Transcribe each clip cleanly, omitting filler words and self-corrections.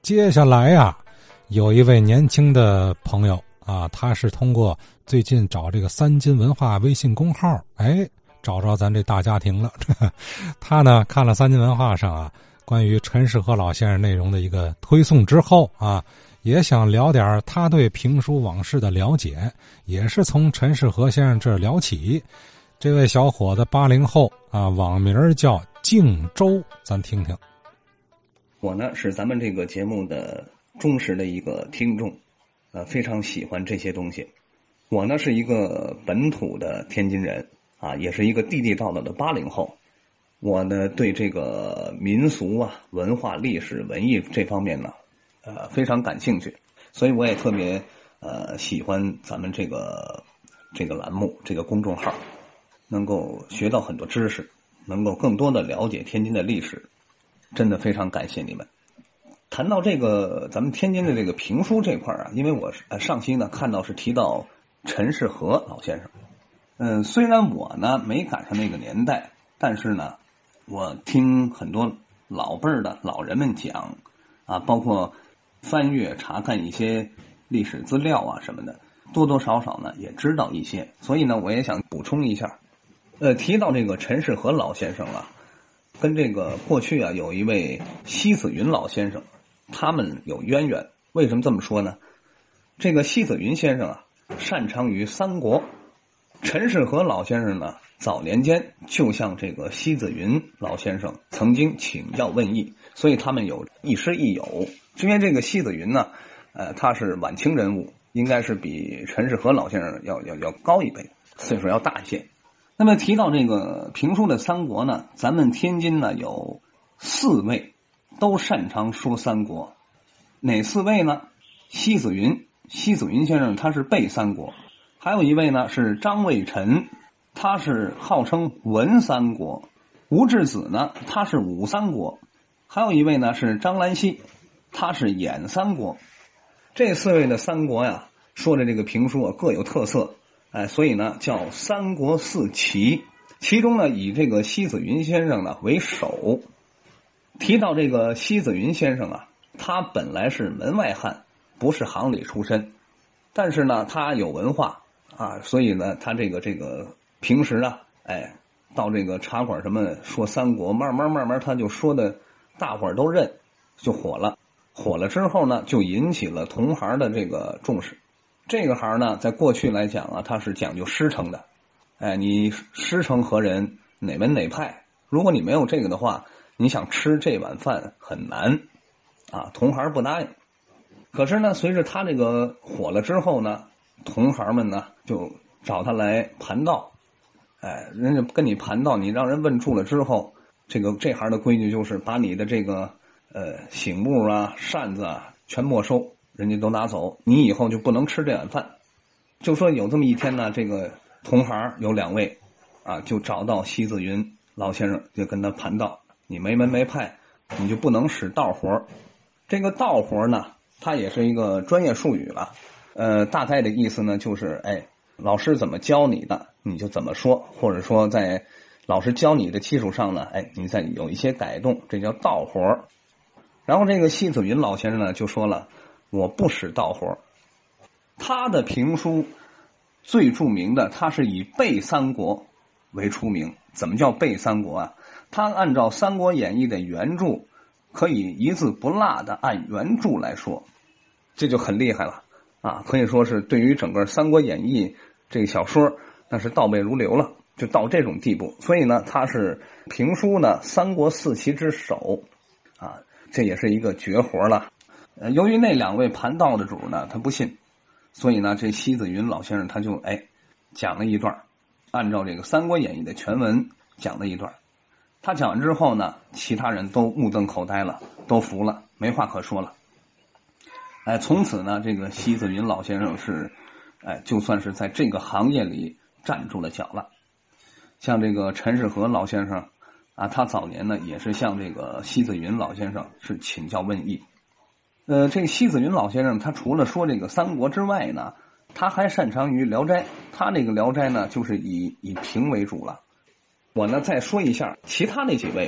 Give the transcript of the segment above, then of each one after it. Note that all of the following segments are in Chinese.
接下来呀，有一位年轻的朋友啊，他是通过最近找这个三金文化微信公号，找着咱这大家庭了。他呢看了三金文化上啊关于陈士和老先生内容的一个推送之后啊，也想聊点他对评书往事的了解，也是从陈士和先生这儿聊起。这位小伙子80后啊，网名叫靖州，咱听听。 我呢是咱们这个节目的忠实的一个听众，非常喜欢这些东西。我呢是一个本土的天津人啊，也是一个地地道道的80后。我呢对这个民俗啊、文化、历史、文艺这方面呢，非常感兴趣，所以我也特别喜欢咱们这个栏目、这个公众号，能够学到很多知识，能够更多的了解天津的历史。真的非常感谢你们。谈到这个咱们天津的这个评书这块啊，因为我上期呢看到是提到陈士和老先生，虽然我呢没赶上那个年代，但是呢我听很多老辈儿的老人们讲啊，包括翻阅查看一些历史资料啊什么的，多多少少呢也知道一些，所以呢我也想补充一下。提到这个陈士和老先生啊，跟这个过去啊有一位西子云老先生，他们有渊源。为什么这么说呢？这个西子云先生啊擅长于三国，陈士和老先生呢早年间就向这个西子云老先生曾经请教问艺，所以他们有亦师亦友。因为这个西子云呢他是晚清人物，应该是比陈士和老先生要高一辈，岁数要大一些。那么提到这个评书的三国呢，咱们天津呢有4位都擅长说三国。哪4位呢？西子云先生他是背三国，还有一位呢是张卫臣，他是号称文三国。吴质子呢他是武三国，还有一位呢是张兰溪，他是演三国。这4位的三国呀，说的这个评书啊各有特色，所以呢叫三国4奇，其中呢以这个西子云先生呢为首。提到这个西子云先生啊，他本来是门外汉，不是行里出身，但是呢他有文化啊，所以呢他这个平时啊到这个茶馆什么说三国，慢慢他就说的大伙儿都认，就火了之后呢就引起了同行的这个重视。这个行呢在过去来讲啊，它是讲究师承的，你师承何人，哪门哪派，如果你没有这个的话，你想吃这碗饭很难啊，同行不答应。可是呢随着他这个火了之后呢，同行们呢就找他来盘道，人家跟你盘道，你让人问住了之后，这行的规矩就是把你的这个醒目啊、扇子啊全没收，人家都拿走，你以后就不能吃这碗饭。就说有这么一天呢，这个同行有2位啊，就找到西子云老先生，就跟他盘道，你没门没派，你就不能使道活。这个道活呢，它也是一个专业术语了，大概的意思呢就是老师怎么教你的你就怎么说，或者说在老师教你的基础上呢你再有一些改动，这叫道活。然后这个西子云老先生呢就说了，我不使道活。他的评书最著名的，他是以背三国为出名。怎么叫背三国啊？他按照《三国演义》的原著，可以一字不落的按原著来说，这就很厉害了啊！可以说是对于整个《三国演义》这个小说，那是倒背如流了，就到这种地步。所以呢，他是评书呢三国4奇之首啊，这也是一个绝活了。由于那2位盘道的主呢他不信，所以呢这西子云老先生他就讲了一段，按照这个《三国演义》的全文讲了一段。他讲完之后呢，其他人都目瞪口呆了，都服了，没话可说了。从此呢这个西子云老先生是就算是在这个行业里站住了脚了。像这个陈士和老先生啊，他早年呢也是向这个西子云老先生是请教问艺。这个西子云老先生他除了说这个三国之外呢，他还擅长于聊斋。他这个聊斋呢就是以评为主了。我呢再说一下其他那几位吧。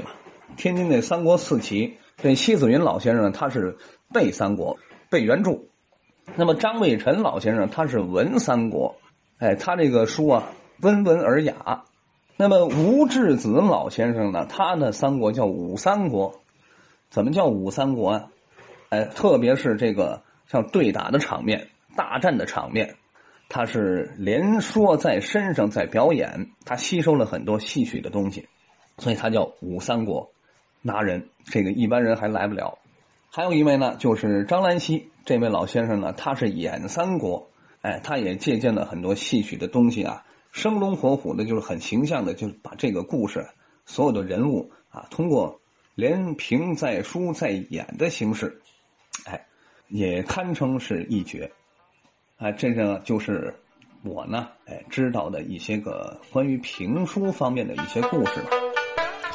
天津的三国四奇，这西子云老先生他是背三国，背原著。那么张卫臣老先生他是文三国，他这个书啊温文尔雅。那么吴质子老先生呢，他的三国叫武三国。怎么叫武三国啊？特别是这个像对打的场面、大战的场面，他是连说在身上，在表演，他吸收了很多戏曲的东西，所以他叫武三国。拿人，这个一般人还来不了。还有一位呢，就是张兰溪这位老先生呢，他是演三国，他也借鉴了很多戏曲的东西啊，生龙活虎的，就是很形象的，就是把这个故事所有的人物啊，通过连评再书再演的形式，也堪称是一绝。这个就是我呢知道的一些个关于评书方面的一些故事了。